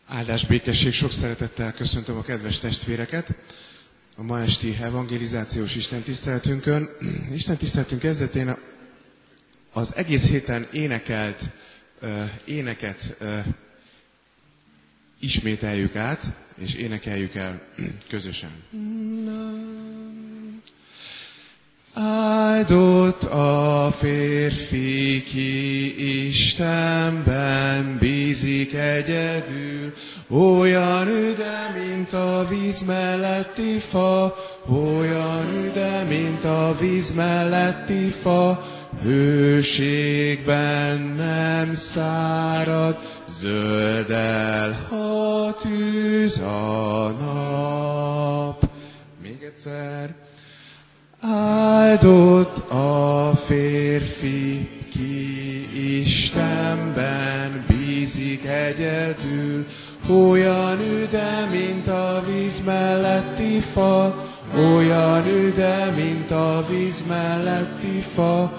Áldás, békesség, sok szeretettel köszöntöm a kedves testvéreket a ma esti evangelizációs istentiszteletünkön. Istentiszteletünk kezdetén az egész héten énekelt éneket ismételjük át, és énekeljük el közösen. Áldott a férfi, ki Istenben bízik egyedül, olyan üde, mint a víz melletti fa, olyan üde, mint a víz melletti fa, hőségben nem szárad, zöldel, ha tűz a nap. Még egyszer. Áldott a férfi, ki Istenben bízik egyedül, olyan üde, mint a víz melletti fa, olyan üde, mint a víz melletti fa,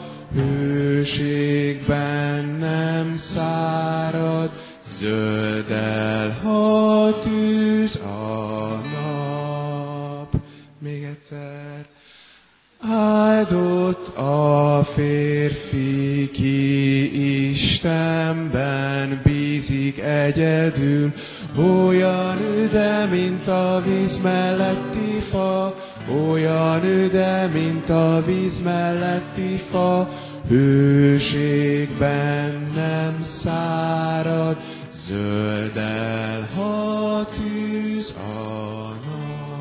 hőségben nem szárad, zöldel, ha tűz a nap. Még egyszer. Áldott a férfi, ki Istenben bízik egyedül, olyan üde, mint a víz melletti fa, olyan üde, mint a víz melletti fa, hőségben nem szárad, zöldel, ha tűz a nap.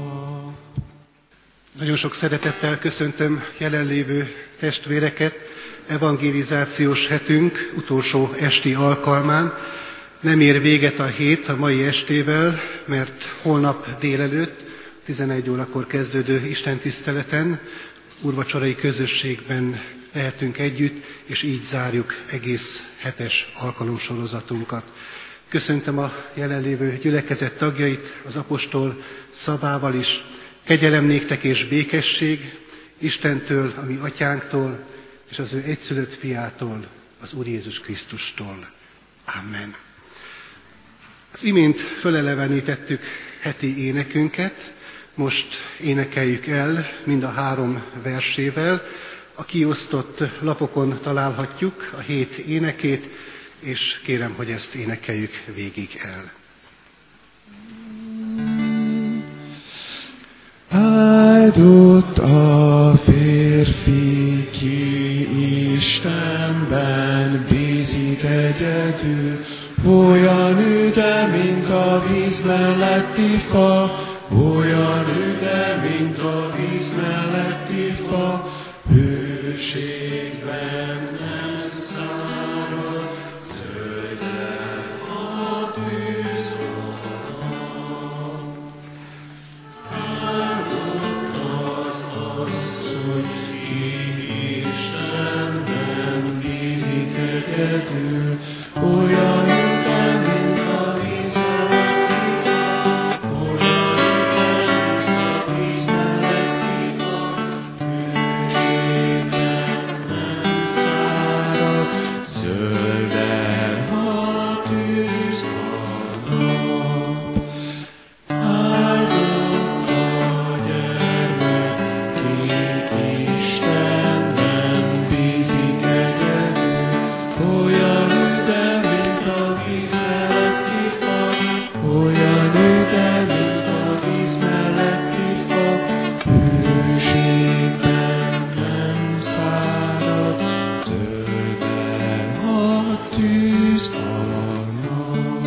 Nagyon sok szeretettel köszöntöm jelenlévő testvéreket evangelizációs hetünk utolsó esti alkalmán. Nem ér véget a hét a mai estével, mert holnap délelőtt 11 órakor kezdődő istentiszteleten úrvacsorai közösségben lehetünk együtt, és így zárjuk egész hetes alkalomsorozatunkat. Köszöntöm a jelenlévő gyülekezet tagjait az apostol szavával is. Kegyelem néktek és békesség Istentől, a mi atyánktól, és az ő egyszülött fiától, az Úr Jézus Krisztustól. Amen. Az imént fölelevenítettük heti énekünket, most énekeljük el mind a 3 versével. A kiosztott lapokon találhatjuk a 7 énekét, és kérem, hogy ezt énekeljük végig el. Áldott a férfi, ki Istenben bízik egyedül, olyan üde, mint a víz melletti fa, olyan üde, mint a víz melletti fa, hőségben nem szárad, zöldel a tűz a nap. Áldott az asszony, ki Istenben bízik egyedül, olyan üde, mint a víz melletti fa, olyan üde, mint a víz melletti fa, hőségben nem szárad, zöldel, ha tűz a nap. Áldott a gyermek, ki Istenben bízik egyedül, olyan üde, mint a víz melletti fa, olyan üde, mint a víz melletti fa, hőségben nem szárad, zöldel a tűz a nap.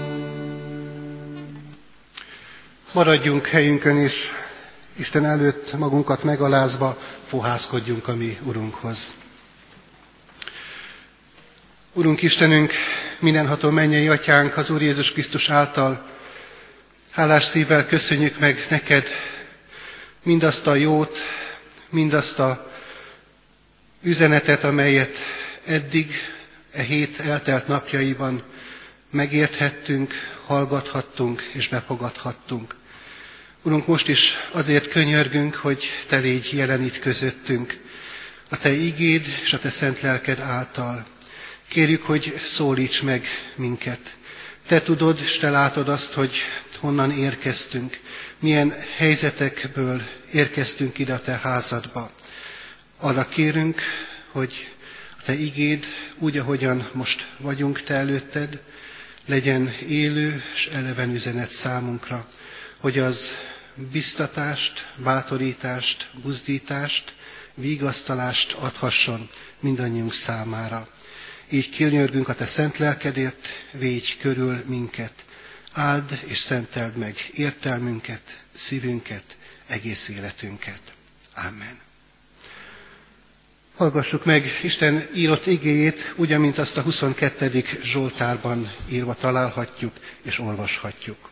Maradjunk helyünkön, és Isten előtt magunkat megalázva fohászkodjunk a mi Urunkhoz. Urunk Istenünk, mindenható mennyei Atyánk, az Úr Jézus Krisztus által hálás szívvel köszönjük meg neked mindazt a jót, mindazt a üzenetet, amelyet eddig e hét eltelt napjaiban megérthettünk, hallgathattunk és befogadhattunk. Urunk, most is azért könyörgünk, hogy Te légy jelen itt közöttünk, a Te igéd és a Te szent lelked által. Kérjük, hogy szólíts meg minket. Te tudod, és Te látod azt, hogy honnan érkeztünk, milyen helyzetekből érkeztünk ide a Te házadba. Arra kérünk, hogy a Te igéd úgy, ahogyan most vagyunk Te előtted, legyen élő és eleven üzenet számunkra, hogy az biztatást, bátorítást, buzdítást, vigasztalást adhasson mindannyiunk számára. Így könyörgünk a Te szent lelkedért, védj körül minket, áld és szenteld meg értelmünket, szívünket, egész életünket. Amen. Hallgassuk meg Isten írott igéjét, úgy, amint azt a 22. Zsoltárban írva találhatjuk és olvashatjuk.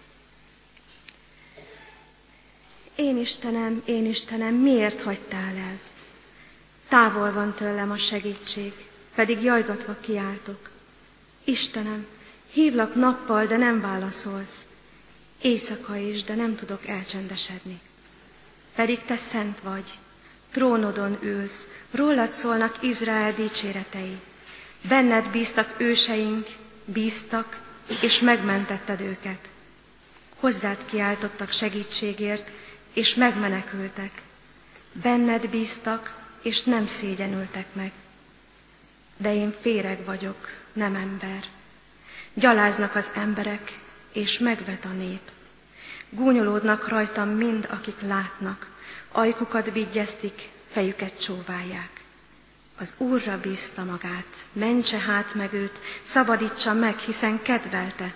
Én Istenem, miért hagytál el? Távol van tőlem a segítség, pedig jajgatva kiáltok. Istenem, hívlak nappal, de nem válaszolsz. Éjszaka is, de nem tudok elcsendesedni. Pedig Te szent vagy, trónodon ülsz, rólad szólnak Izrael dicséretei. Benned bíztak őseink, bíztak, és megmentetted őket. Hozzád kiáltottak segítségért, és megmenekültek. Benned bíztak, és nem szégyenültek meg. De én féreg vagyok, nem ember. Gyaláznak az emberek, és megvet a nép. Gúnyolódnak rajtam mind, akik látnak, ajkukat vigyeztik, fejüket csóválják. Az Úrra bízta magát, mentse hát meg őt, szabadítsa meg, hiszen kedvelte.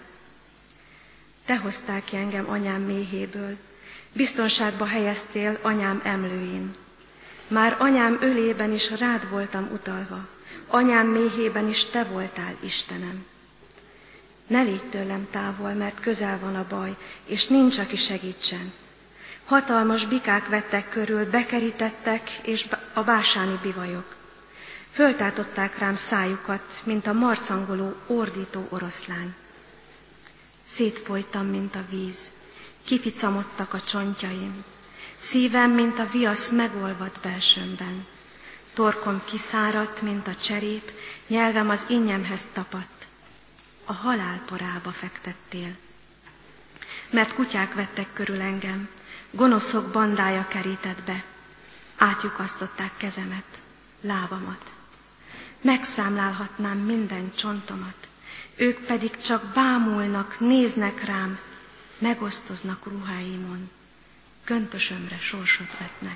Te hoztál ki engem anyám méhéből, biztonságba helyeztél anyám emlőin. Már anyám ölében is rád voltam utalva, anyám méhében is Te voltál, Istenem. Ne légy tőlem távol, mert közel van a baj, és nincs, aki segítsen. Hatalmas bikák vettek körül, bekerítettek, és a básáni bivajok. Föltátották rám szájukat, mint a marcangoló, ordító oroszlán. Szétfolytam, mint a víz, kificamodtak a csontjaim. Szívem, mint a viasz megolvadt belsőmben. Torkom kiszáradt, mint a cserép, nyelvem az innyemhez tapadt. A halál porába fektettél. Mert kutyák vettek körül engem, gonoszok bandája kerített be. Átlyukasztották kezemet, lábamat. Megszámlálhatnám minden csontomat, ők pedig csak bámulnak, néznek rám, megosztoznak ruháimon, köntösömre sorsot vetnek.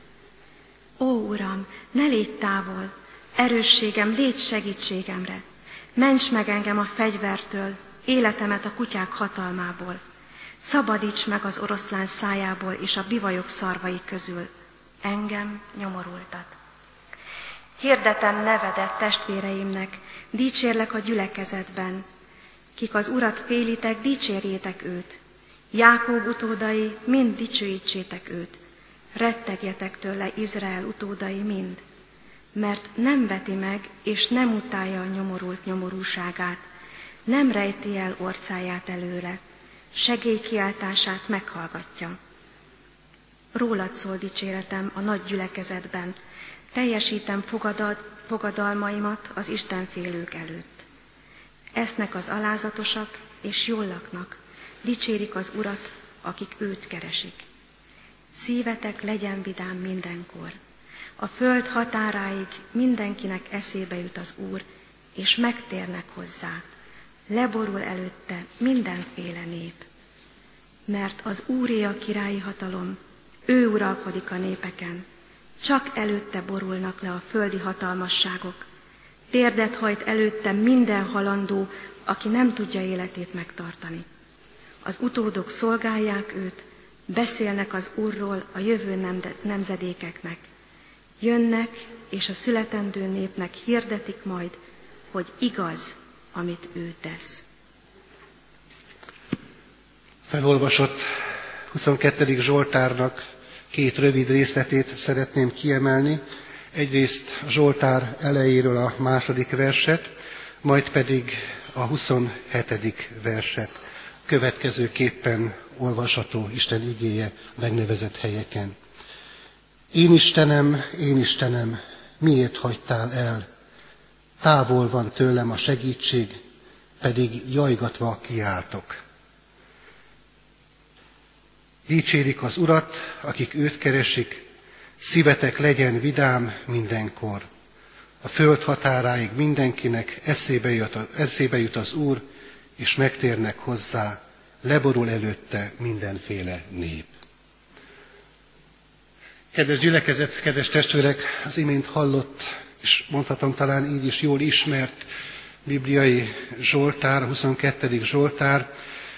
Ó, Uram, ne légy távol, erősségem, légy segítségemre. Ments meg engem a fegyvertől, életemet a kutyák hatalmából. Szabadíts meg az oroszlán szájából és a bivajok szarvai közül, engem nyomorultat. Hirdetem nevedet testvéreimnek, dicsérlek a gyülekezetben. Kik az Urat félitek, dicsérjétek őt. Jákób utódai, mind dicsőítsétek őt. Rettegjetek tőle, Izrael utódai mind. Mert nem veti meg, és nem utálja a nyomorult nyomorúságát, nem rejti el orcáját előle, segélykiáltását meghallgatja. Rólad szól dicséretem a nagy gyülekezetben, teljesítem fogadalmaimat az istenfélők előtt. Esznek az alázatosak, és jól laknak, dicsérik az Urat, akik őt keresik. Szívetek legyen vidám mindenkor. A föld határáig mindenkinek eszébe jut az Úr, és megtérnek hozzá. Leborul előtte mindenféle nép. Mert az Úré a királyi hatalom, ő uralkodik a népeken. Csak előtte borulnak le a földi hatalmasságok. Térdet hajt előtte minden halandó, aki nem tudja életét megtartani. Az utódok szolgálják őt, beszélnek az Úrról a jövő nemzedékeknek. Jönnek, és a születendő népnek hirdetik majd, hogy igaz, amit ő tesz. Felolvasott 22. Zsoltárnak két rövid részletét szeretném kiemelni. Egyrészt a Zsoltár elejéről a 2. verset, majd pedig a 27. verset. Következőképpen olvasható Isten igéje megnevezett helyeken. Én Istenem, miért hagytál el? Távol van tőlem a segítség, pedig jajgatva kiáltok. Dicsérik az Urat, akik őt keresik, szívetek legyen vidám mindenkor. A föld határáig mindenkinek eszébe jut az Úr, és megtérnek hozzá, leborul előtte mindenféle nép. Kedves gyülekezet, kedves testvérek, az imént hallott, és mondhatom talán így is jól ismert bibliai Zsoltár, 22. Zsoltár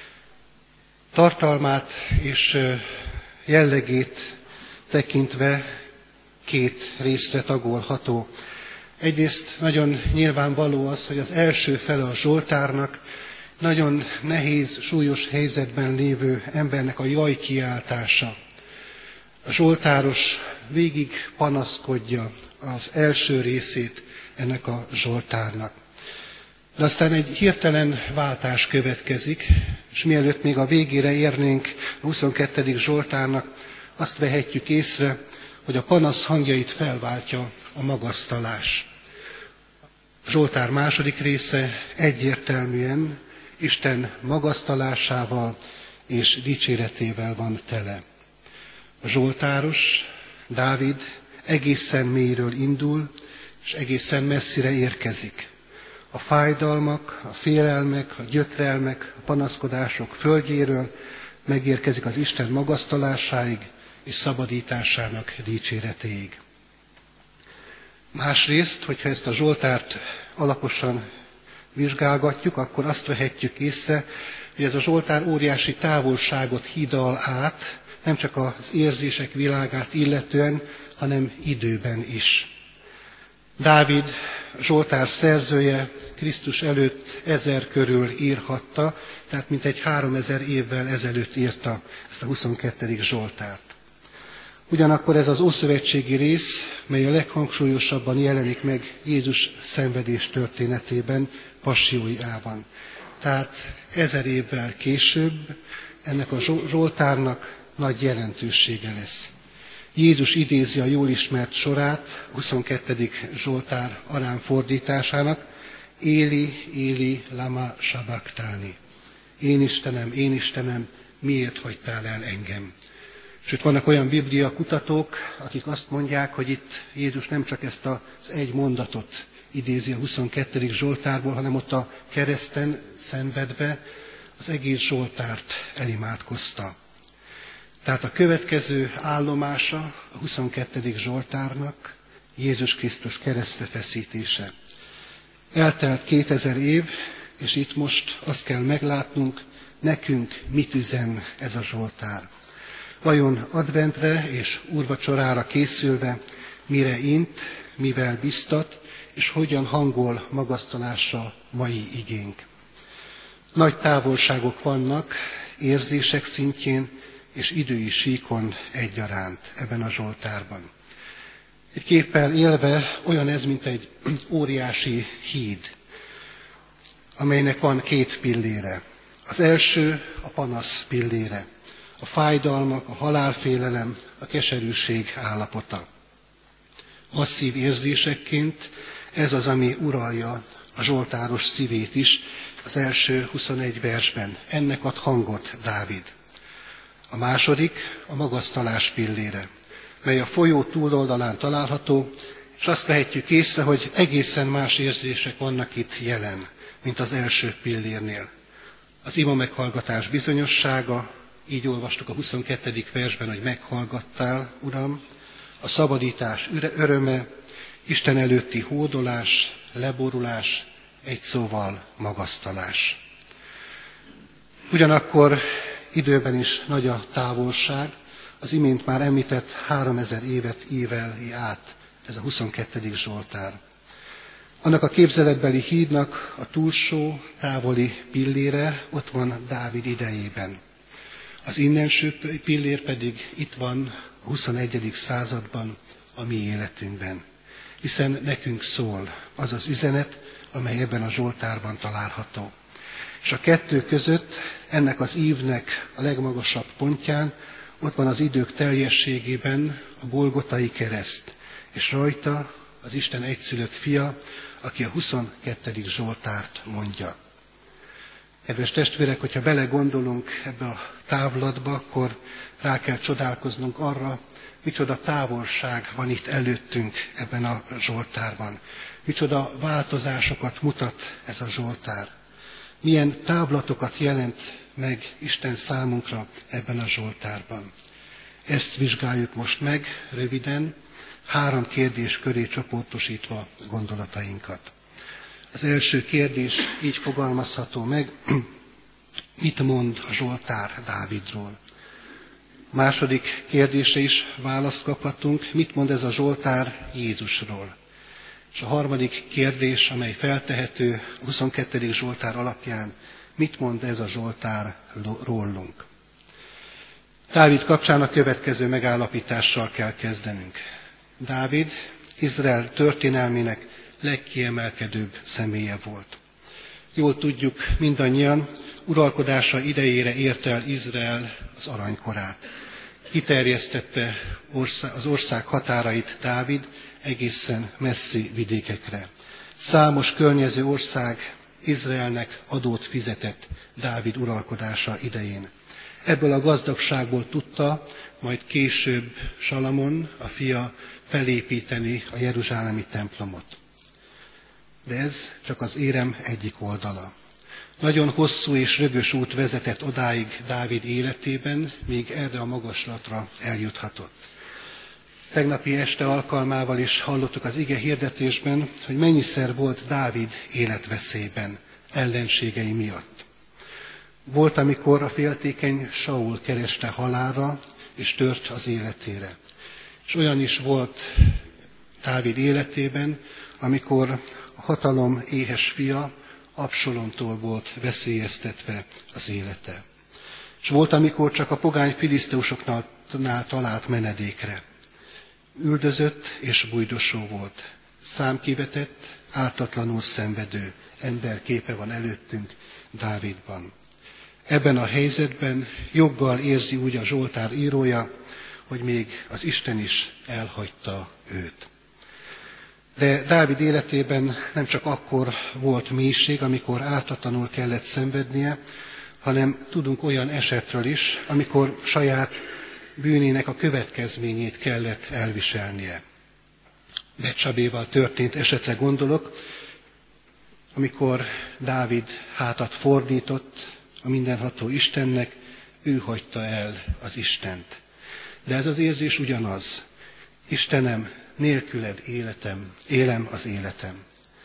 tartalmát és jellegét tekintve két részre tagolható. Egyrészt nagyon nyilvánvaló az, hogy az első fele a Zsoltárnak nagyon nehéz, súlyos helyzetben lévő embernek a jajkiáltása. A zsoltáros végig panaszkodja az első részét ennek a Zsoltárnak. De aztán egy hirtelen váltás következik, és mielőtt még a végére érnénk a 22. Zsoltárnak, azt vehetjük észre, hogy a panasz hangjait felváltja a magasztalás. A Zsoltár második része egyértelműen Isten magasztalásával és dicséretével van tele. A zsoltáros, Dávid egészen mélyről indul, és egészen messzire érkezik. A fájdalmak, a félelmek, a gyötrelmek, a panaszkodások földjéről megérkezik az Isten magasztalásáig és szabadításának dicséretéig. Másrészt, hogyha ezt a Zsoltárt alaposan vizsgálgatjuk, akkor azt vehetjük észre, hogy ez a Zsoltár óriási távolságot hídal át, nem csak az érzések világát illetően, hanem időben is. Dávid, Zsoltár szerzője Krisztus előtt 1000 körül írhatta, tehát mintegy 3000 évvel ezelőtt írta ezt a 22. Zsoltárt. Ugyanakkor ez az ószövetségi rész, mely a leghangsúlyosabban jelenik meg Jézus szenvedés történetében, passiójában. Tehát 1000 évvel később ennek a Zsoltárnak nagy jelentősége lesz. Jézus idézi a jól ismert sorát, 22. Zsoltár arán fordításának, Éli, Éli, lama sabachthani. Én Istenem, miért hagytál el engem? Sőt, vannak olyan biblia kutatók, akik azt mondják, hogy itt Jézus nem csak ezt az egy mondatot idézi a 22. Zsoltárból, hanem ott a kereszten szenvedve az egész Zsoltárt elimádkozta. Tehát a következő állomása a 22. Zsoltárnak Jézus Krisztus keresztre feszítése. Eltelt 2000 év, és itt most azt kell meglátnunk, nekünk mit üzen ez a Zsoltár. Vajon adventre és úrvacsorára készülve mire int, mivel biztat, és hogyan hangol magasztalásra mai igénk. Nagy távolságok vannak érzések szintjén és idői síkon egyaránt ebben a Zsoltárban. Egy képpel élve olyan ez, mint egy óriási híd, amelynek van két pillére. Az első a panasz pillére, a fájdalmak, a halálfélelem, a keserűség állapota. Masszív érzésekként ez az, ami uralja a zsoltáros szívét is az első 21 versben. Ennek ad hangot Dávid. A második a magasztalás pillére, mely a folyó túloldalán található, és azt vehetjük észre, hogy egészen más érzések vannak itt jelen, mint az első pillérnél. Az ima meghallgatás bizonyossága, így olvastuk a 22. versben, hogy meghallgattál, Uram, a szabadítás öröme, Isten előtti hódolás, leborulás, egy szóval magasztalás. Ugyanakkor időben is nagy a távolság, az imént már említett 3000 évet íveli át ez a 22. Zsoltár. Annak a képzeletbeli hídnak a túlsó, távoli pillére ott van Dávid idejében. Az innenső pillér pedig itt van a 21. században, a mi életünkben. Hiszen nekünk szól az az üzenet, amely ebben a Zsoltárban található. És a kettő között, ennek az ívnek a legmagasabb pontján, ott van az idők teljességében a Golgotai kereszt, és rajta az Isten egyszülött fia, aki a 22. Zsoltárt mondja. Kedves testvérek, hogyha belegondolunk ebbe a távlatba, akkor rá kell csodálkoznunk arra, micsoda távolság van itt előttünk ebben a Zsoltárban. Micsoda változásokat mutat ez a Zsoltár. Milyen távlatokat jelent meg Isten számunkra ebben a Zsoltárban. Ezt vizsgáljuk most meg röviden, 3 kérdés köré csoportosítva gondolatainkat. Az első kérdés így fogalmazható meg, mit mond a Zsoltár Dávidról? A második kérdésre is választ kaphatunk, mit mond ez a Zsoltár Jézusról? És a harmadik kérdés, amely feltehető a 22. Zsoltár alapján, mit mond ez a Zsoltár rólunk? Dávid kapcsán a következő megállapítással kell kezdenünk. Dávid Izrael történelmének legkiemelkedőbb személye volt. Jól tudjuk mindannyian, uralkodása idejére ért el Izrael az aranykorát. Kiterjesztette az ország határait Dávid egészen messzi vidékekre. Számos környező ország Izraelnek adót fizetett Dávid uralkodása idején. Ebből a gazdagságból tudta majd később Salamon, a fia, felépíteni a jeruzsálemi templomot. De ez csak az érem egyik oldala. Nagyon hosszú és rögös út vezetett odáig Dávid életében, míg erre a magaslatra eljuthatott. Tegnapi este alkalmával is hallottuk az ige hirdetésben, hogy mennyiszer volt Dávid életveszélyben, ellenségei miatt. Volt, amikor a féltékeny Saul kereste halálra, és tört az életére. És olyan is volt Dávid életében, amikor a hatalom éhes fia Absalomtól volt veszélyeztetve az élete. És volt, amikor csak a pogány filiszteusoknál talált menedékre. Üldözött és bújdosó volt. Számkivetett, ártatlanul szenvedő ember képe van előttünk Dávidban. Ebben a helyzetben joggal érzi úgy a Zsoltár írója, hogy még az Isten is elhagyta őt. De Dávid életében nem csak akkor volt mélység, amikor ártatlanul kellett szenvednie, hanem tudunk olyan esetről is, amikor saját bűnének a következményét kellett elviselnie. Becsabéval történt esetre gondolok, amikor Dávid hátat fordított a mindenható Istennek, ő hagyta el az Istent. De ez az érzés ugyanaz. Istenem, nélküled élem az életem.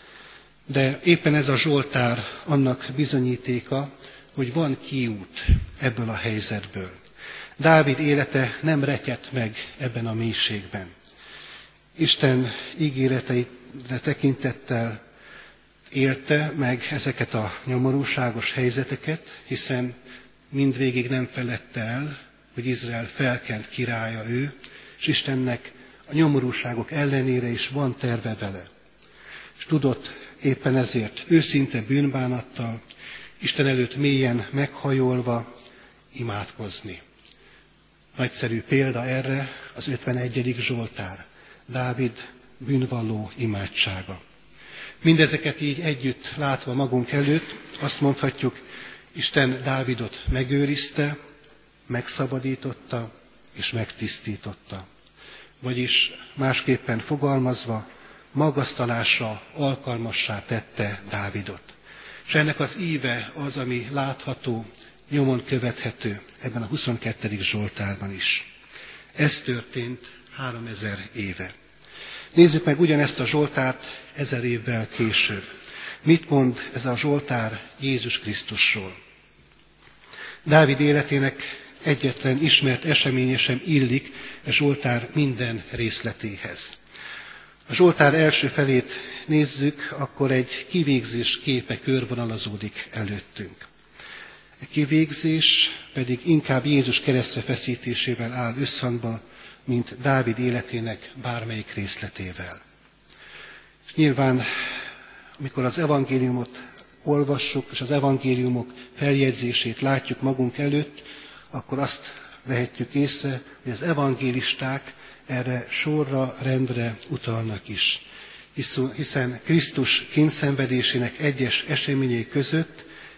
De éppen ez a Zsoltár annak bizonyítéka, hogy van kiút ebből a helyzetből. Dávid élete nem rekedt meg ebben a mélységben. Isten ígéreteire tekintettel élte meg ezeket a nyomorúságos helyzeteket, hiszen mindvégig nem feledte el, hogy Izrael felkent királya ő, és Istennek a nyomorúságok ellenére is van terve vele. És tudott éppen ezért őszinte bűnbánattal, Isten előtt mélyen meghajolva imádkozni. Nagyszerű példa erre az 51. Zsoltár, Dávid bűnvalló imádsága. Mindezeket így együtt látva magunk előtt, azt mondhatjuk, Isten Dávidot megőrizte, megszabadította és megtisztította. Vagyis másképpen fogalmazva, magasztalásra alkalmassá tette Dávidot. És ennek az íve az, ami látható, nyomon követhető ebben a 22. Zsoltárban is. Ez történt 3000 éve. Nézzük meg ugyanezt a Zsoltárt 1000 évvel később. Mit mond ez a Zsoltár Jézus Krisztusról? Dávid életének egyetlen ismert eseménye sem illik a Zsoltár minden részletéhez. A Zsoltár első felét nézzük, akkor egy kivégzés képe körvonalazódik előttünk. A kivégzés pedig inkább Jézus keresztre feszítésével áll összhangba, mint Dávid életének bármelyik részletével. És nyilván, amikor az evangéliumot olvassuk, és az evangéliumok feljegyzését látjuk magunk előtt, akkor azt vehetjük észre, hogy az evangélisták erre sorra, rendre utalnak is. Hiszen Krisztus kényszenvedésének egyes eseményei között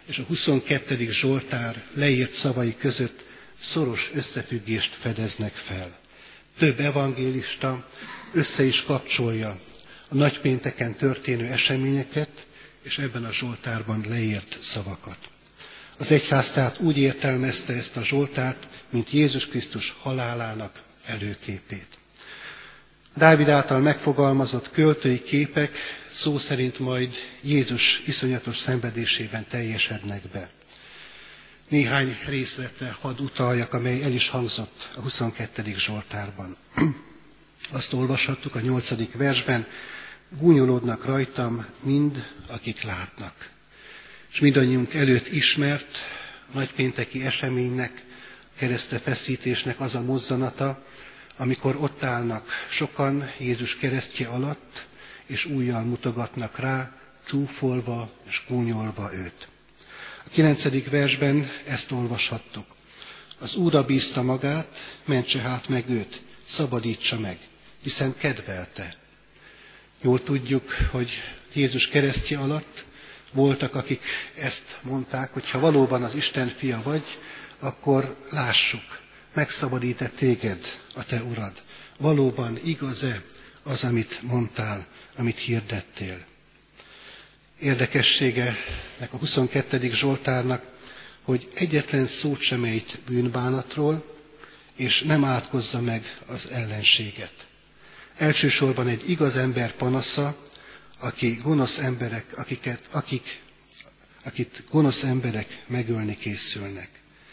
és a 22. Zsoltár leírt szavai között szoros összefüggést fedeznek fel. Több evangélista össze is kapcsolja a nagypénteken történő eseményeket, és ebben a Zsoltárban leírt szavakat. Az egyház tehát úgy értelmezte ezt a Zsoltárt, mint Jézus Krisztus halálának előképét. Dávid által megfogalmazott költői képek szó szerint majd Jézus iszonyatos szenvedésében teljesednek be. Néhány részletre hadd utaljak, amely el is hangzott a 22. Zsoltárban. Azt olvashattuk a 8. versben, gúnyolódnak rajtam mind, akik látnak. És mindannyiunk előtt ismert nagypénteki eseménynek, keresztrefeszítésnek az a mozzanata, amikor ott állnak sokan Jézus keresztje alatt, és ujjal mutogatnak rá, csúfolva és gúnyolva őt. A 9. versben ezt olvashattuk. Az Úrra bízta magát, mentse hát meg őt, szabadítsa meg, hiszen kedvelte. Jól tudjuk, hogy Jézus keresztje alatt voltak, akik ezt mondták, hogy ha valóban az Isten fia vagy, akkor lássuk, megszabadít-e téged a te urad. Valóban igaz-e az, amit mondtál, amit hirdettél? Érdekessége a 22. Zsoltárnak, hogy egyetlen szót sem ejt bűnbánatról, és nem átkozza meg az ellenséget. Elsősorban egy igaz ember panasza, akit gonosz emberek megölni készülnek.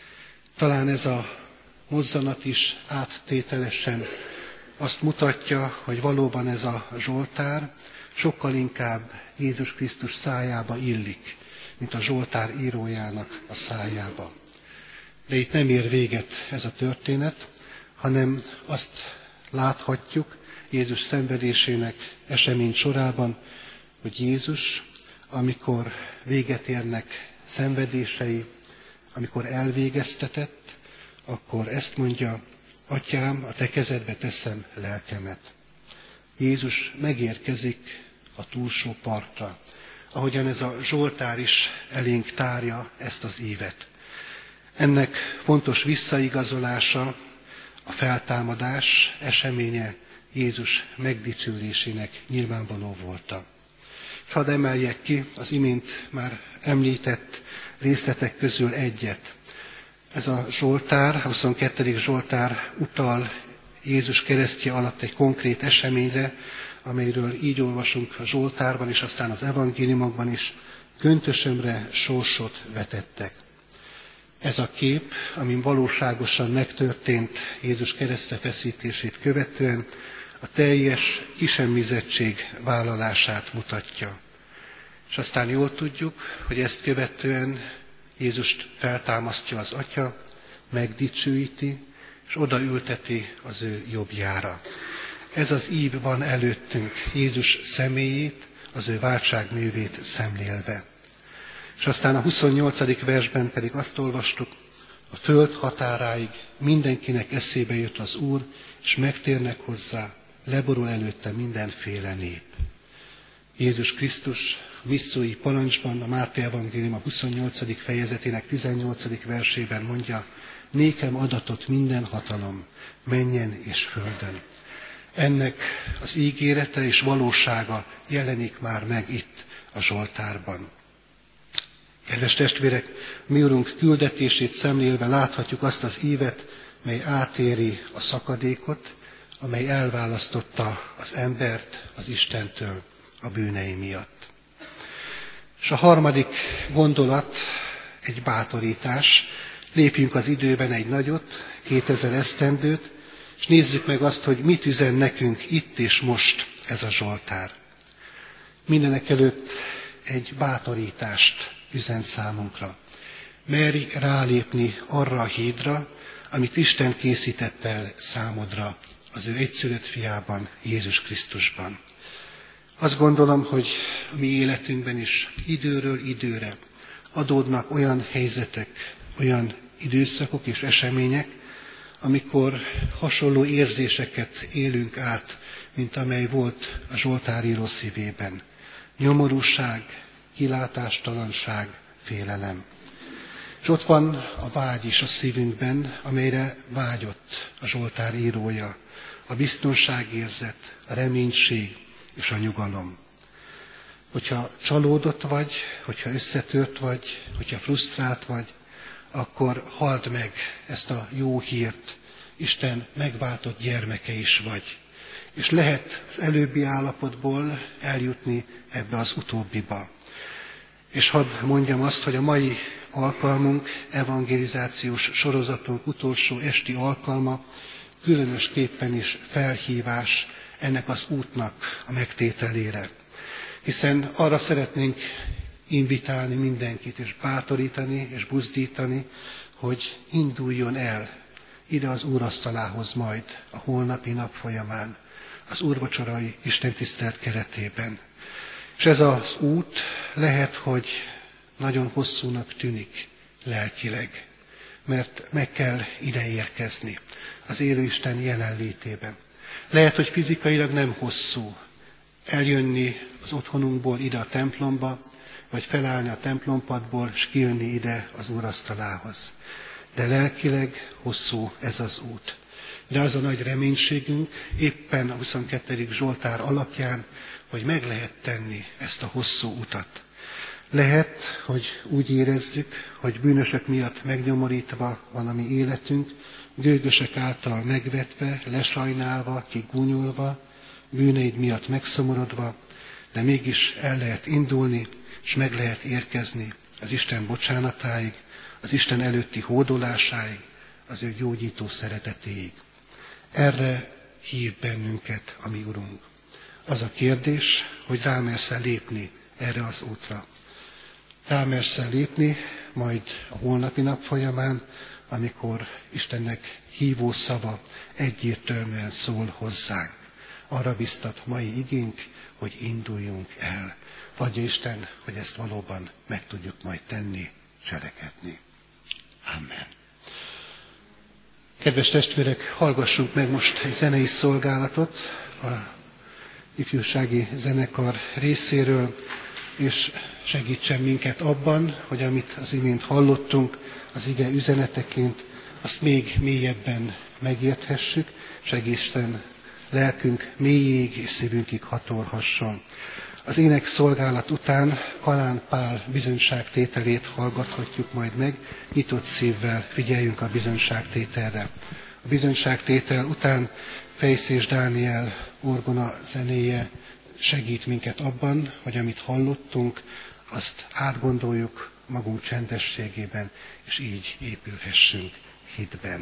Talán ez a mozzanat is áttételesen azt mutatja, hogy valóban ez a Zsoltár sokkal inkább Jézus Krisztus szájába illik, mint a Zsoltár írójának a szájába. De itt nem ér véget ez a történet, hanem azt láthatjuk Jézus szenvedésének esemény sorában, hogy Jézus, amikor véget érnek szenvedései, amikor elvégeztetett, akkor ezt mondja, Atyám, a te kezedbe teszem lelkemet. Jézus megérkezik a túlsó partra, ahogyan ez a Zsoltár is elénk tárja ezt az ívet. Ennek fontos visszaigazolása a feltámadás eseménye Jézus megdicsőlésének nyilvánvaló volta. És hadd emeljek ki az imént már említett részletek közül egyet. Ez a Zsoltár, a 22. Zsoltár utal Jézus keresztje alatt egy konkrét eseményre, amelyről így olvasunk a Zsoltárban, és aztán az evangéliumokban is, köntösömre sorsot vetettek. Ez a kép, amin valóságosan megtörtént Jézus keresztrefeszítését követően, a teljes kisemmizettség vállalását mutatja. És aztán jól tudjuk, hogy ezt követően Jézust feltámasztja az Atya, megdicsőíti, és odaülteti az ő jobbjára. Ez az ív van előttünk, Jézus személyét, az ő váltságművét szemlélve. És aztán a 28. versben pedig azt olvastuk, a föld határáig mindenkinek eszébe jött az Úr, és megtérnek hozzá, leborul előtte mindenféle nép. Jézus Krisztus misszói parancsban, a Máté evangélium a 28. fejezetének 18. versében mondja, nékem adatott minden hatalom, mennyen és földön. Ennek az ígérete és valósága jelenik már meg itt a Zsoltárban. Kedves testvérek, mi Urunk küldetését szemlélve láthatjuk azt az ívet, mely átéri a szakadékot, amely elválasztotta az embert az Istentől a bűnei miatt. És a harmadik gondolat egy bátorítás. Lépjünk az időben egy nagyot, 2000 esztendőt, és nézzük meg azt, hogy mit üzen nekünk itt és most ez a Zsoltár. Mindenek előtt egy bátorítást üzen számunkra. Merj rálépni arra a hídra, amit Isten készített el számodra az ő egyszülött fiában, Jézus Krisztusban. Azt gondolom, hogy a mi életünkben is időről időre adódnak olyan helyzetek, olyan időszakok és események, amikor hasonló érzéseket élünk át, mint amely volt a Zsoltár író szívében. Nyomorúság, kilátástalanság, félelem. És ott van a vágy is a szívünkben, amelyre vágyott a Zsoltár írója, a biztonságérzet, a reménység és a nyugalom. Hogyha csalódott vagy, hogyha összetört vagy, hogyha frusztrált vagy, akkor halld meg ezt a jó hírt, Isten megváltott gyermeke is vagy. És lehet az előbbi állapotból eljutni ebbe az utóbbiba. És hadd mondjam azt, hogy a mai alkalmunk, evangelizációs sorozatunk utolsó esti alkalma, különösképpen is felhívás ennek az útnak a megtételére. Hiszen arra szeretnénk invitálni mindenkit, és bátorítani, és buzdítani, hogy induljon el ide az úrasztalához majd a holnapi nap folyamán, az úrvacsorai istentisztelet keretében. És ez az út lehet, hogy nagyon hosszúnak tűnik lelkileg, mert meg kell ide érkezni az élő Isten jelenlétében. Lehet, hogy fizikailag nem hosszú eljönni az otthonunkból ide a templomba, vagy felállni a templompadból, és kijönni ide az úrasztalához. De lelkileg hosszú ez az út. De az a nagy reménységünk éppen a 22. Zsoltár alapján, hogy meg lehet tenni ezt a hosszú utat. Lehet, hogy úgy érezzük, hogy bűnösök miatt megnyomorítva van a mi életünk, gőgösek által megvetve, lesajnálva, kigúnyolva, bűneid miatt megszomorodva, de mégis el lehet indulni, és meg lehet érkezni az Isten bocsánatáig, az Isten előtti hódolásáig, az ő gyógyító szeretetéig. Erre hív bennünket a mi Urunk. Az a kérdés, hogy rámersz-e lépni erre az útra. Rámersz-e lépni majd a holnapi nap folyamán, amikor Istennek hívó szava egyértelműen szól hozzánk. Arra biztat mai igénk, hogy induljunk el. Adja Isten, hogy ezt valóban meg tudjuk majd tenni, cselekedni. Amen. Kedves testvérek, hallgassunk meg most egy zenei szolgálatot a ifjúsági zenekar részéről, és segítsen minket abban, hogy amit az imént hallottunk az ige üzeneteként, azt még mélyebben megérthessük, segítsen lelkünk mélyig és szívünkig hatolhasson. Az ének szolgálat után Kalán Pál bizonyságtételét hallgathatjuk majd meg, nyitott szívvel figyeljünk a bizonyságtételre. A bizonyságtétel után Fejszés Dániel orgona zenéje segít minket abban, hogy amit hallottunk, azt átgondoljuk magunk csendességében, és így épülhessünk hitben.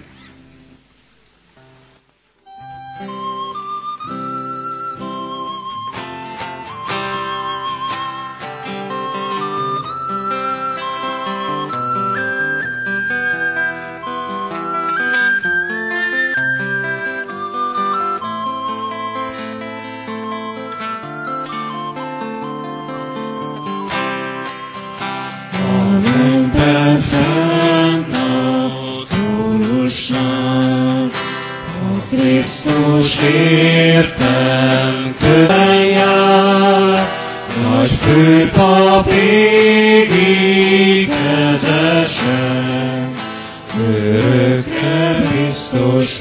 Krisztus értem közel jár, nagy főpap égi kezesen, örökre biztos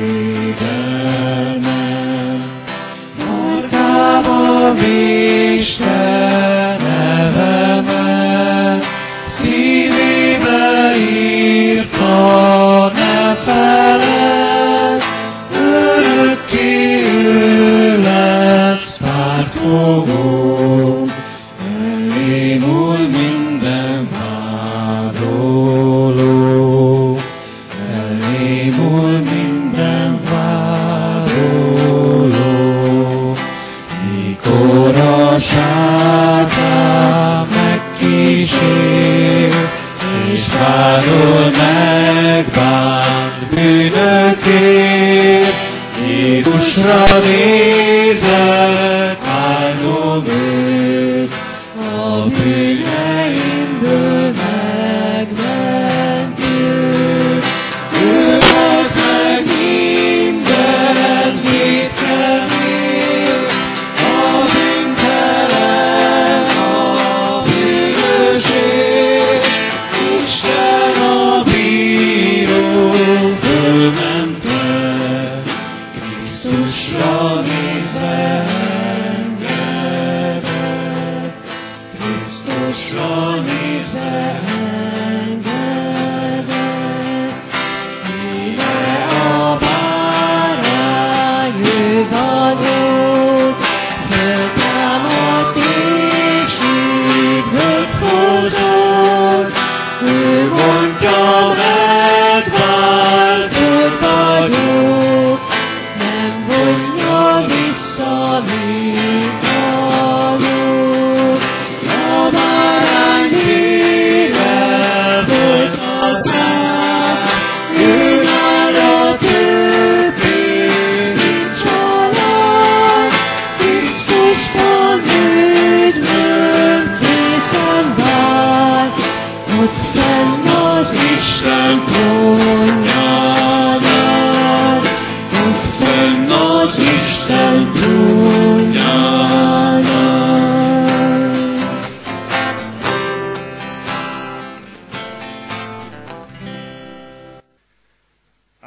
védelme. Markába véste nevemet, szívébe írta, ne feled, örökké ő lesz pártfogó, elémul minden vádoló, elémul minden vádoló. Mikor a sátán megkísér, és vádol megbánt bűnökért, Jézusra nézek, áldom őt, a bűneimből megment őt. Ő volt meg minden vétkenért, a bűntelen, a bűnösért.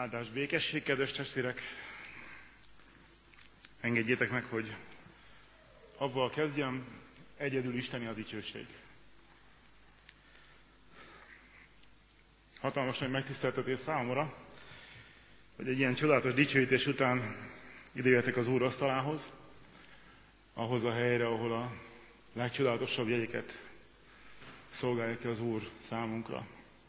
Áldás békesség, kedves testvérek! Engedjétek meg, hogy avval kezdjem, egyedül Isteni a dicsőség. Hatalmas nagy megtiszteltetés számomra, hogy egy ilyen csodálatos dicsőítés után idejöttek az Úr asztalához, ahhoz a helyre, ahol a legcsodálatosabb jegyeket szolgálja ki az Úr számunkra.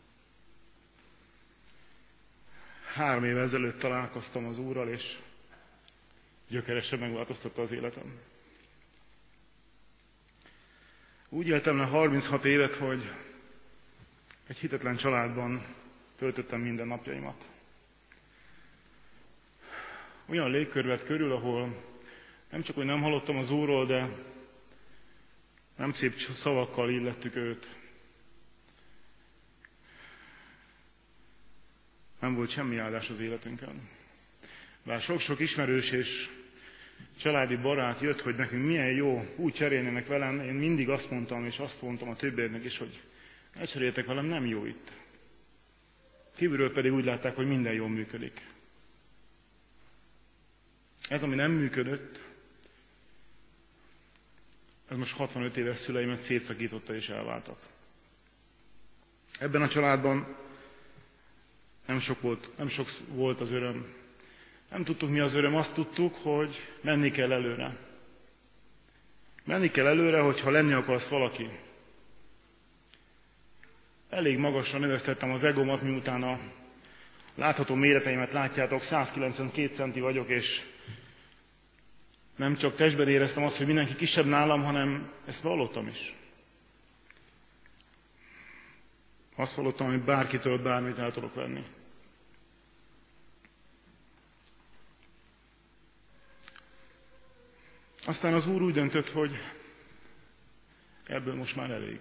3 évvel ezelőtt találkoztam az Úrral, és gyökeresen megváltoztatta az életem. Úgy éltem le 36 évet, hogy egy hitetlen családban töltöttem minden napjaimat. Olyan légkör vett körül, ahol nem csak, hogy nem hallottam az Úrról, de nem szép szavakkal illettük őt. Nem volt semmi áldás az életünkön. Bár sok-sok ismerős és családi barát jött, hogy nekünk milyen jó úgy cserélnének velem, én mindig azt mondtam, és azt mondtam a többieknek is, hogy ne cseréljetek velem, nem jó itt. Kívülről pedig úgy látták, hogy minden jól működik. Ez, ami nem működött, ez most 65 éves szüleimet szétszakította és elváltak. Ebben a családban nem sok volt az öröm. Nem tudtuk, mi az öröm, azt tudtuk, hogy menni kell előre. Menni kell előre, hogyha lenni akarsz valaki. Elég magasra növesztettem az egómat, miután a látható méreteimet látjátok, 192 centi vagyok, és nem csak testben éreztem azt, hogy mindenki kisebb nálam, hanem ezt vallottam is. Azt vallottam, hogy bárkitől bármit el tudok venni. Aztán az Úr úgy döntött, hogy ebből most már elég.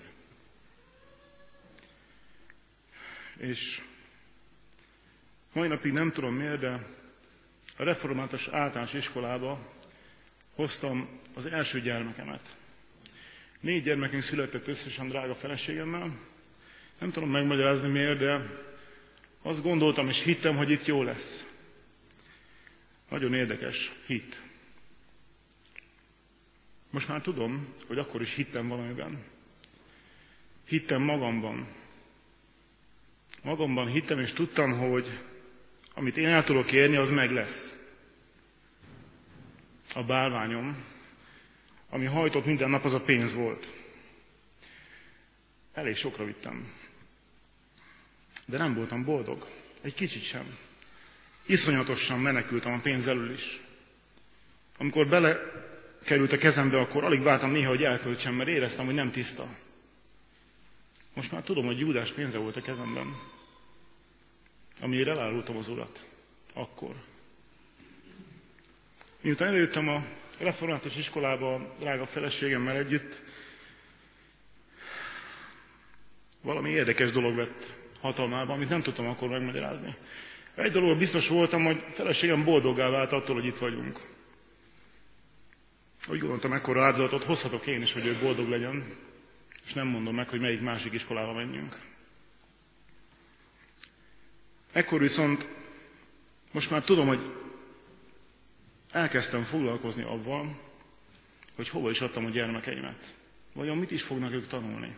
És mai napig nem tudom miért, de a református általános iskolába hoztam az első gyermekemet. 4 gyermekünk született összesen drága feleségemmel. Nem tudom megmagyarázni miért, de azt gondoltam és hittem, hogy itt jó lesz. Nagyon érdekes hit. Most már tudom, hogy akkor is hittem valamiben. Hittem magamban. Magamban hittem, és tudtam, hogy amit én el tudok érni, az meg lesz. A bálványom, ami hajtott minden nap, az a pénz volt. Elég sokra vittem. De nem voltam boldog. Egy kicsit sem. Iszonyatosan menekültem a pénz elől is. Amikor belekerült a kezembe, akkor alig vártam néha, hogy elköltsem, mert éreztem, hogy nem tiszta. Most már tudom, hogy Júdás pénze volt a kezemben, amiért elárultam az Urat. Akkor. Miután eljöttem a református iskolába a drága feleségemmel együtt, valami érdekes dolog vett hatalmába, amit nem tudtam akkor megmagyarázni. Egy dologban biztos voltam, hogy feleségem boldoggá vált attól, hogy itt vagyunk. Úgy gondoltam, ekkora áldozatot hozhatok én is, hogy ő boldog legyen, és nem mondom meg, hogy melyik másik iskolába menjünk. Ekkor viszont most már tudom, hogy elkezdtem foglalkozni avval, hogy hova is adtam a gyermekeimet. Vajon mit is fognak ők tanulni.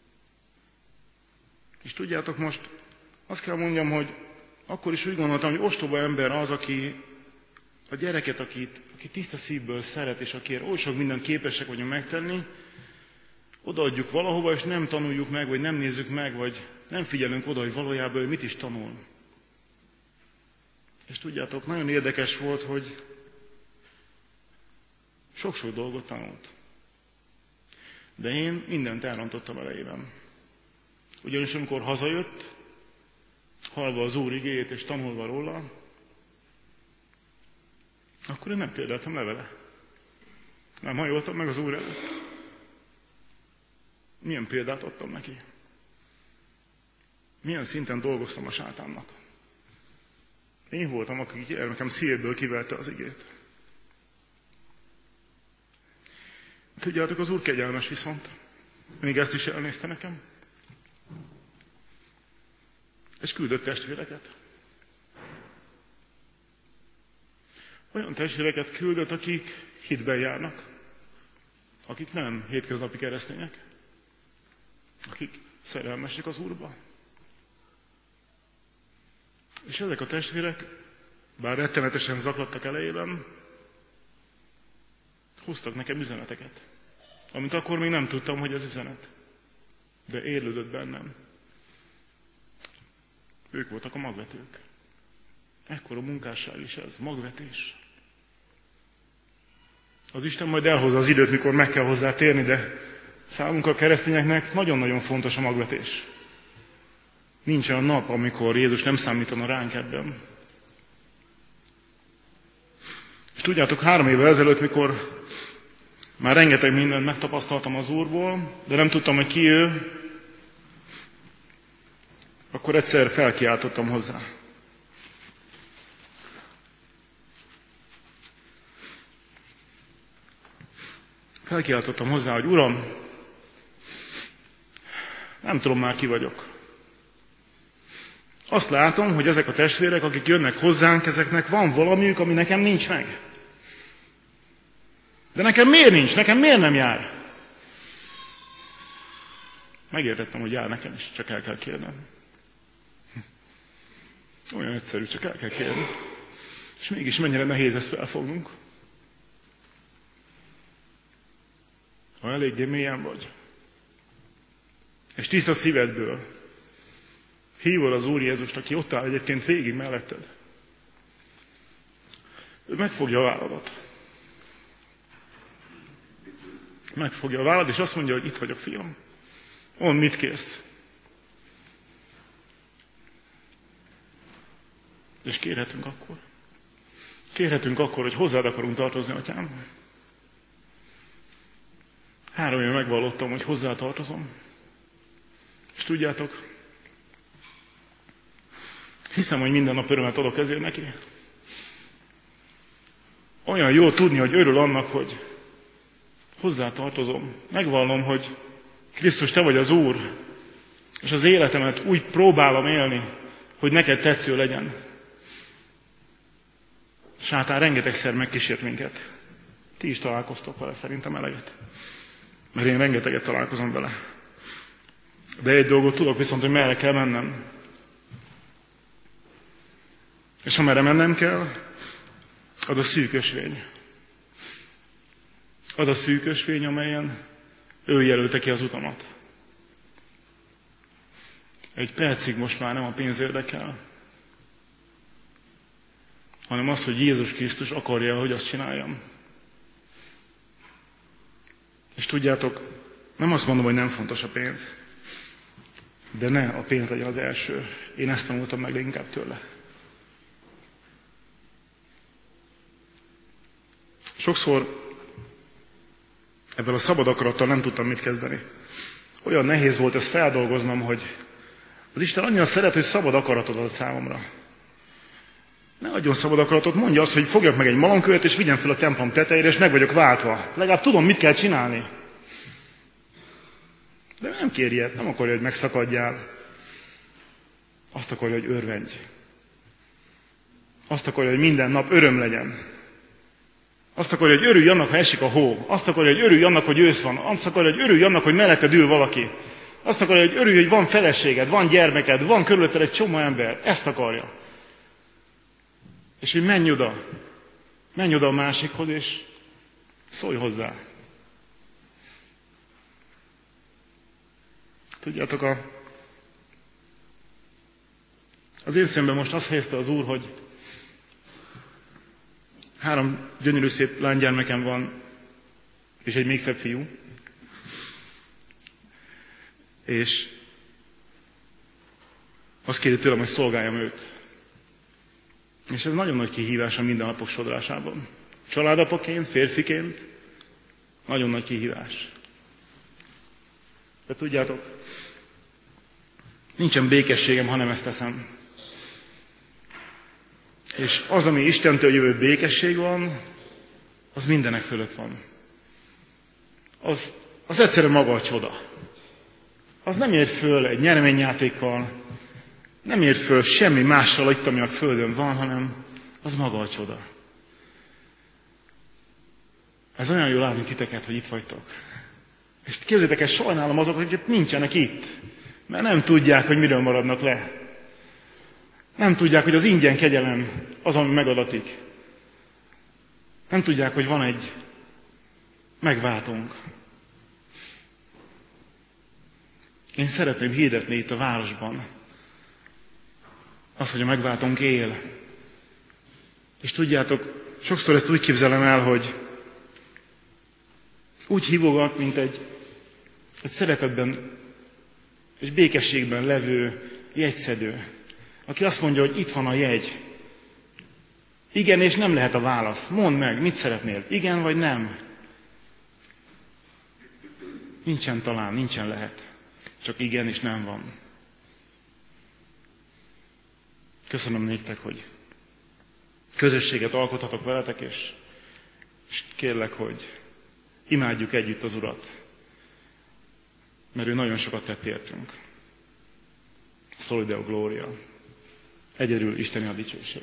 És tudjátok, most azt kell mondjam, hogy akkor is úgy gondoltam, hogy ostoba ember az, aki a gyereket, aki tiszta szívből szeret, és akiért oly sok mindent képesek vagyunk megtenni, odaadjuk valahova, és nem tanuljuk meg, vagy nem nézzük meg, vagy nem figyelünk oda, hogy valójában ő mit is tanul. És tudjátok, nagyon érdekes volt, hogy sok-sok dolgot tanult. De én mindent elrontottam elejében. Ugyanis amikor hazajött, hallva az Úr igéjét és tanulva róla, akkor én nem térdáltam le vele. Nem hajoltam meg az Úr előtt. Milyen példát adtam neki? Milyen szinten dolgoztam a sátánnak? Én voltam, aki gyermekem szívből kiverte az igét. Tudjátok, az Úr kegyelmes viszont. Még ezt is elnézte nekem. És küldött testvéreket. Olyan testvéreket küldött, akik hitben járnak, akik nem hétköznapi keresztények, akik szerelmesek az Úrba. És ezek a testvérek, bár rettenetesen zaklattak elejében, hoztak nekem üzeneteket, amit akkor még nem tudtam, hogy ez üzenet, de érlődött bennem. Ők voltak a magvetők. Ekkora munkásság is ez, magvetés. Az Isten majd elhozza az időt, mikor meg kell hozzá térni, de számunkra a keresztényeknek nagyon-nagyon fontos a magvetés. Nincs olyan nap, amikor Jézus nem számítana ránk ebben. És tudjátok, 3 évvel ezelőtt, mikor már rengeteg mindent megtapasztaltam az Úrból, de nem tudtam, hogy ki ő, akkor egyszer felkiáltottam hozzá. Felkiáltottam hozzá, hogy Uram, nem tudom már ki vagyok. Azt látom, hogy ezek a testvérek, akik jönnek hozzánk, ezeknek van valamiük, ami nekem nincs meg. De nekem miért nincs? Nekem miért nem jár? Megértettem, hogy jár nekem is, csak el kell kérnem. Olyan egyszerű, csak el kell kérni. És mégis mennyire nehéz ezt felfognunk. Ha eléggé mélyen vagy, és tiszta szívedből hívod az Úr Jézust, aki ott áll egyébként végig melletted, ő megfogja a válladat. Megfogja a vállad, és azt mondja, hogy itt vagyok, fiam. Mondd, mit kérsz? És kérhetünk akkor. Kérhetünk akkor, hogy hozzád akarunk tartozni, atyám. 3 éve megvallottam, hogy hozzá tartozom. És tudjátok, hiszem, hogy minden nap örömet adok ezért neki. Olyan jó tudni, hogy örül annak, hogy hozzá tartozom. Megvallom, hogy Krisztus, te vagy az Úr, és az életemet úgy próbálom élni, hogy neked tetsző legyen. Sátán rengetegszer megkísért minket. Ti is találkoztok vele, szerintem eleget. Mert én rengeteget találkozom vele. De egy dolgot tudok viszont, hogy merre kell mennem. És ha merre mennem kell, az a szűk ösvény. Az a szűk ösvény, amelyen ő jelölte ki az utamat. Egy percig most már nem a pénz érdekel, hanem az, hogy Jézus Krisztus akarja, hogy azt csináljam. És tudjátok, nem azt mondom, hogy nem fontos a pénz, de ne a pénz legyen az első. Én ezt tanultam meg leginkább tőle. Sokszor ebből a szabad akarattal nem tudtam mit kezdeni. Olyan nehéz volt ezt feldolgoznom, hogy az Isten annyira szeret, hogy szabad akaratot ad számomra. Ne adjon szabad akaratot, mondja azt, hogy fogjak meg egy malomkövet, és vigyem fel a templom tetejére, és meg vagyok váltva. Legalább tudom, mit kell csinálni. De nem kér ilyet, nem akarja, hogy megszakadjál. Azt akarja, hogy örvendj. Azt akarja, hogy minden nap öröm legyen. Azt akarja, hogy örülj annak, ha esik a hó. Azt akarja, hogy örülj annak, hogy ősz van. Azt akarja, hogy örülj annak, hogy melletted ül valaki. Azt akarja, hogy örülj, hogy van feleséged, van gyermeked, van körülötted egy csomó ember. Ezt akarja. És hogy menj oda a másikhoz, és szólj hozzá. Tudjátok, az én szemben most azt helyezte az Úr, hogy 3 gyönyörű szép lánygyermekem van, és egy még szebb fiú. És azt kéri tőlem, hogy szolgáljam őt. És ez nagyon nagy kihívás a mindennapok sodrásában. Családapaként, férfiként, nagyon nagy kihívás. De tudjátok, nincsen békességem, ha nem ezt teszem. És az, ami Istentől jövő békesség van, az mindenek fölött van. Az egyszerűen maga a csoda. Az nem ér föl egy nyereményjátékkal, nem ér föl semmi mással itt, ami a Földön van, hanem az maga a csoda. Ez olyan jól látni titeket, hogy itt vagytok. És képzeljétek el, sajnálom azokat, akik nincsenek itt. Mert nem tudják, hogy miről maradnak le. Nem tudják, hogy az ingyen kegyelem az, ami megadatik. Nem tudják, hogy van egy megváltónk. Én szeretném hirdetni itt a városban azt, hogy a megváltónk él. És tudjátok, sokszor ezt úgy képzelem el, hogy úgy hívogat, mint egy szeretetben és békességben levő jegyszedő, aki azt mondja, hogy itt van a jegy. Igen, és nem lehet a válasz. Mondd meg, mit szeretnél? Igen vagy nem? Nincsen talán, nincsen lehet. Csak igen és nem van. Köszönöm néktek, hogy közösséget alkothatok veletek, és kérlek, hogy imádjuk együtt az Urat, mert ő nagyon sokat tett értünk. Soli Deo Gloria. Egyedül Isteni a dicsőség.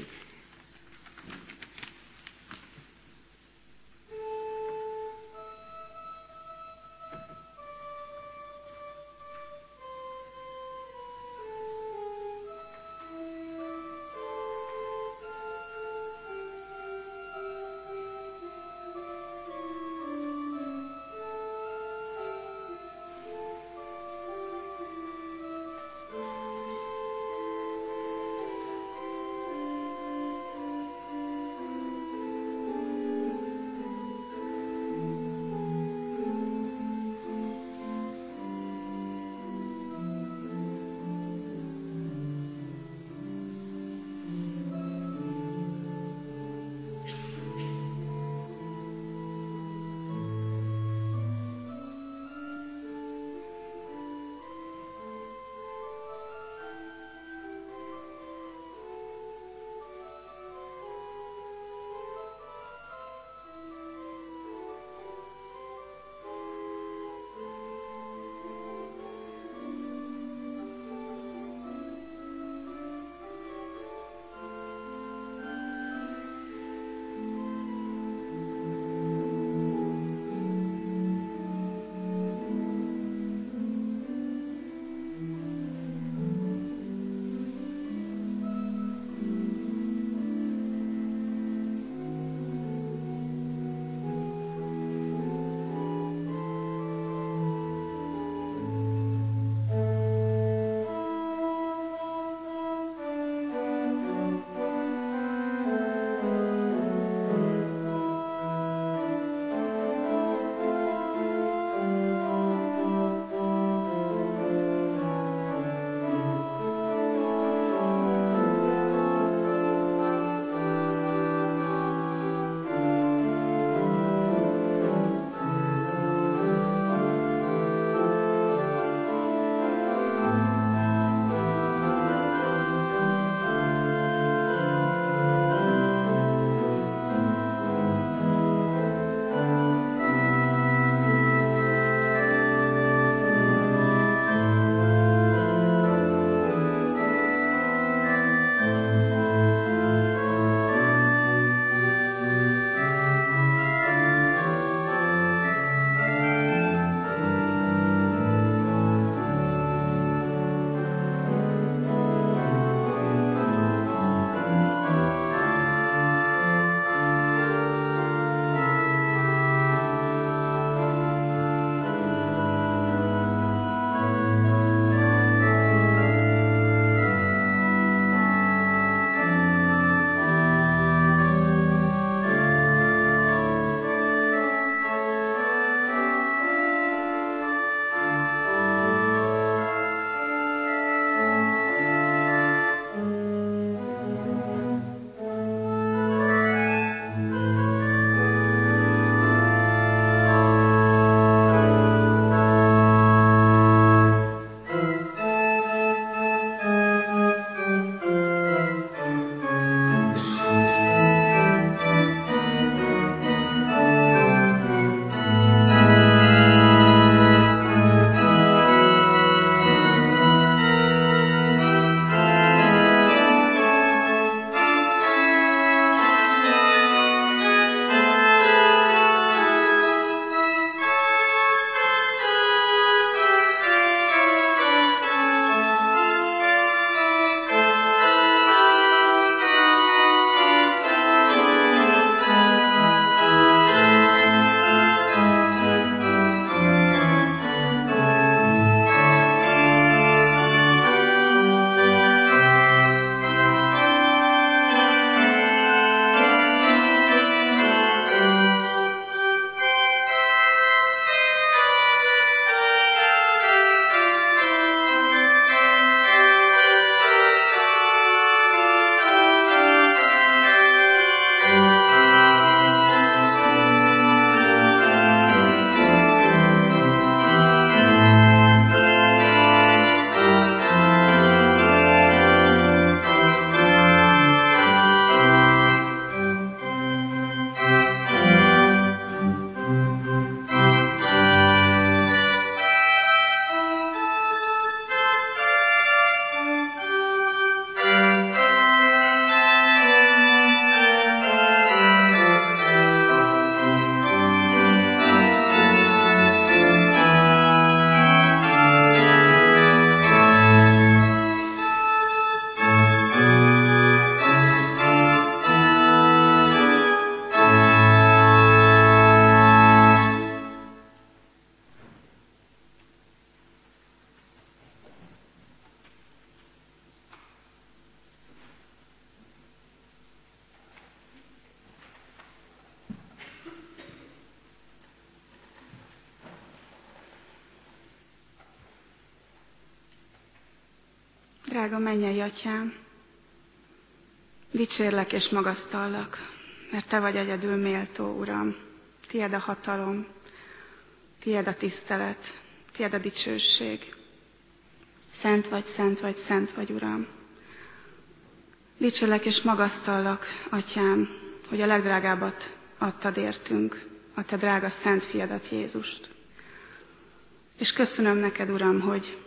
Drága mennyei Atyám, dicsérlek és magasztallak, mert Te vagy egyedül méltó, Uram. Tied a hatalom, Tied a tisztelet, Tied a dicsőség. Szent vagy, szent vagy, szent vagy, Uram. Dicsérlek és magasztallak, Atyám, hogy a legdrágábbat adtad értünk, a Te drága szent fiadat, Jézust. És köszönöm neked, Uram, hogy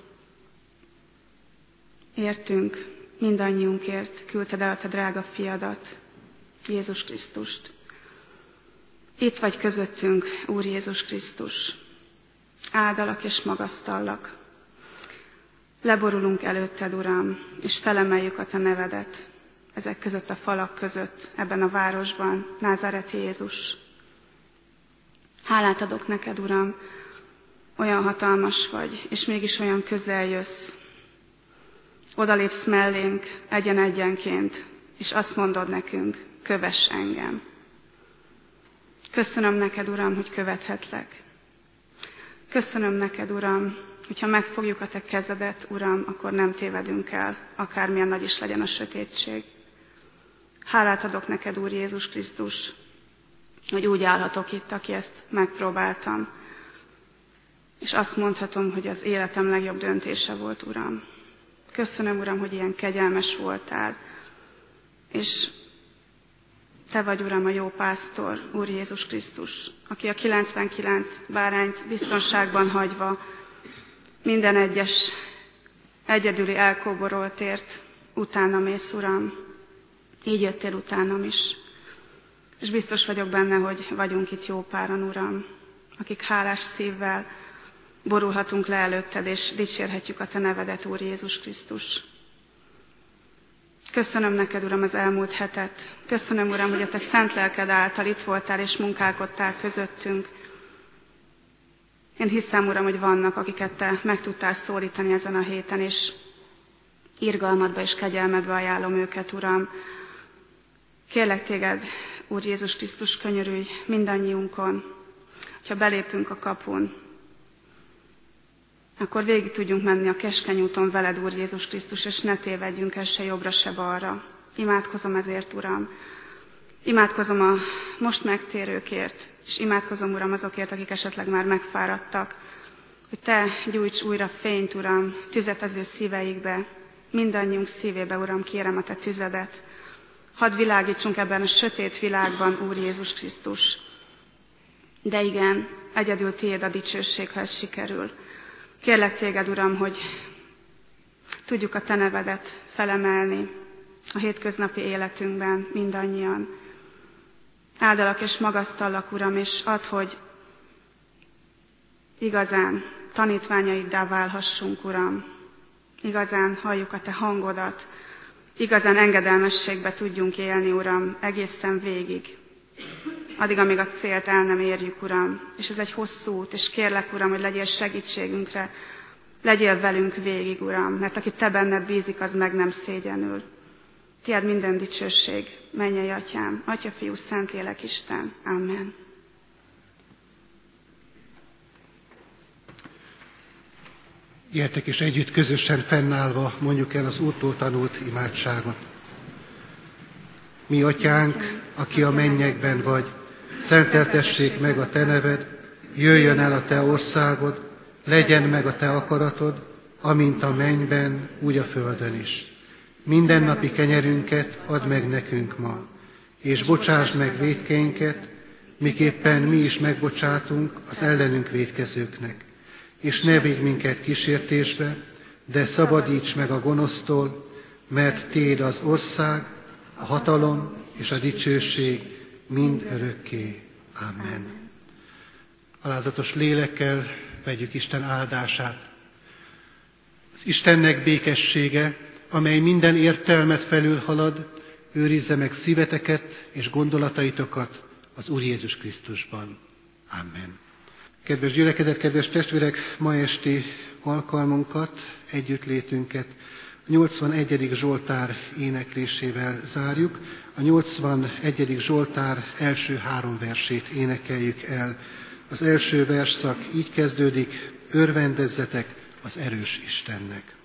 értünk, mindannyiunkért küldted el a Te drága fiadat, Jézus Krisztust. Itt vagy közöttünk, Úr Jézus Krisztus. Áldalak és magasztallak. Leborulunk előtted, Uram, és felemeljük a Te nevedet ezek között a falak között, ebben a városban, Názáreti Jézus. Hálát adok neked, Uram, olyan hatalmas vagy, és mégis olyan közel jössz. Odalépsz mellénk egyen-egyenként, és azt mondod nekünk, kövess engem. Köszönöm neked, Uram, hogy követhetlek. Köszönöm neked, Uram, hogyha megfogjuk a Te kezedet, Uram, akkor nem tévedünk el, akármilyen nagy is legyen a sötétség. Hálát adok neked, Úr Jézus Krisztus, hogy úgy állhatok itt, aki ezt megpróbáltam, és azt mondhatom, hogy az életem legjobb döntése volt, Uram. Köszönöm, Uram, hogy ilyen kegyelmes voltál, és Te vagy, Uram, a jó pásztor, Úr Jézus Krisztus, aki a 99 bárányt biztonságban hagyva minden egyes egyedüli elkóboroltért utána mész, Uram. Így jöttél utánam is. És biztos vagyok benne, hogy vagyunk itt jó páran, Uram, akik hálás szívvel borulhatunk le előtted, és dicsérhetjük a Te nevedet, Úr Jézus Krisztus. Köszönöm neked, Uram, az elmúlt hetet. Köszönöm, Uram, hogy a Te szent lelked által itt voltál és munkálkodtál közöttünk. Én hiszem, Uram, hogy vannak, akiket Te meg tudtál szólítani ezen a héten, és irgalmadba és kegyelmedbe ajánlom őket, Uram. Kérlek Téged, Úr Jézus Krisztus, könyörülj mindannyiunkon, hogyha belépünk a kapun, akkor végig tudjunk menni a keskeny úton veled, Úr Jézus Krisztus, és ne tévedjünk el se jobbra, se balra. Imádkozom ezért, Uram. Imádkozom a most megtérőkért, és imádkozom, Uram, azokért, akik esetleg már megfáradtak, hogy Te gyújts újra fényt, Uram, tüzet az ő szíveikbe, mindannyiunk szívébe, Uram, kérem a Te tüzedet. Hadd világítsunk ebben a sötét világban, Úr Jézus Krisztus. De igen, egyedül Tiéd a dicsőség, ha ez sikerül. Kérlek Téged, Uram, hogy tudjuk a Te nevedet felemelni a hétköznapi életünkben mindannyian. Áldalak és magasztallak, Uram, és add, hogy igazán tanítványaiddá válhassunk, Uram. Igazán halljuk a Te hangodat, igazán engedelmességbe tudjunk élni, Uram, egészen végig. Addig, amíg a célt el nem érjük, Uram. És ez egy hosszú út, és kérlek, Uram, hogy legyél segítségünkre, legyél velünk végig, Uram, mert aki Te benned bízik, az meg nem szégyenül. Tiéd minden dicsőség, mennyei Atyám, Atya, Fiú, Szentlélek, Isten. Amen. Gyertek és együtt közösen fennállva mondjuk el az Úrtól tanult imádságot. Mi, Atyánk, aki a mennyekben vagy, szenteltessék meg a Te neved, jöjjön el a Te országod, legyen meg a Te akaratod, amint a mennyben, úgy a földön is. Mindennapi kenyerünket add meg nekünk ma, és bocsásd meg vétkeinket, miképpen mi is megbocsátunk az ellenünk vétkezőknek. És ne vigy minket kísértésbe, de szabadíts meg a gonosztól, mert Tiéd az ország, a hatalom és a dicsőség mind örökké. Amen. Alázatos lélekkel vegyük Isten áldását. Az Istennek békessége, amely minden értelmet felülhalad, őrizze meg szíveteket és gondolataitokat az Úr Jézus Krisztusban. Amen. Kedves gyülekezet, kedves testvérek, ma esti alkalmunkat, együttlétünket a 81. Zsoltár éneklésével zárjuk. A 81. Zsoltár első 3 versét énekeljük el. Az első versszak így kezdődik: örvendezzetek az erős Istennek.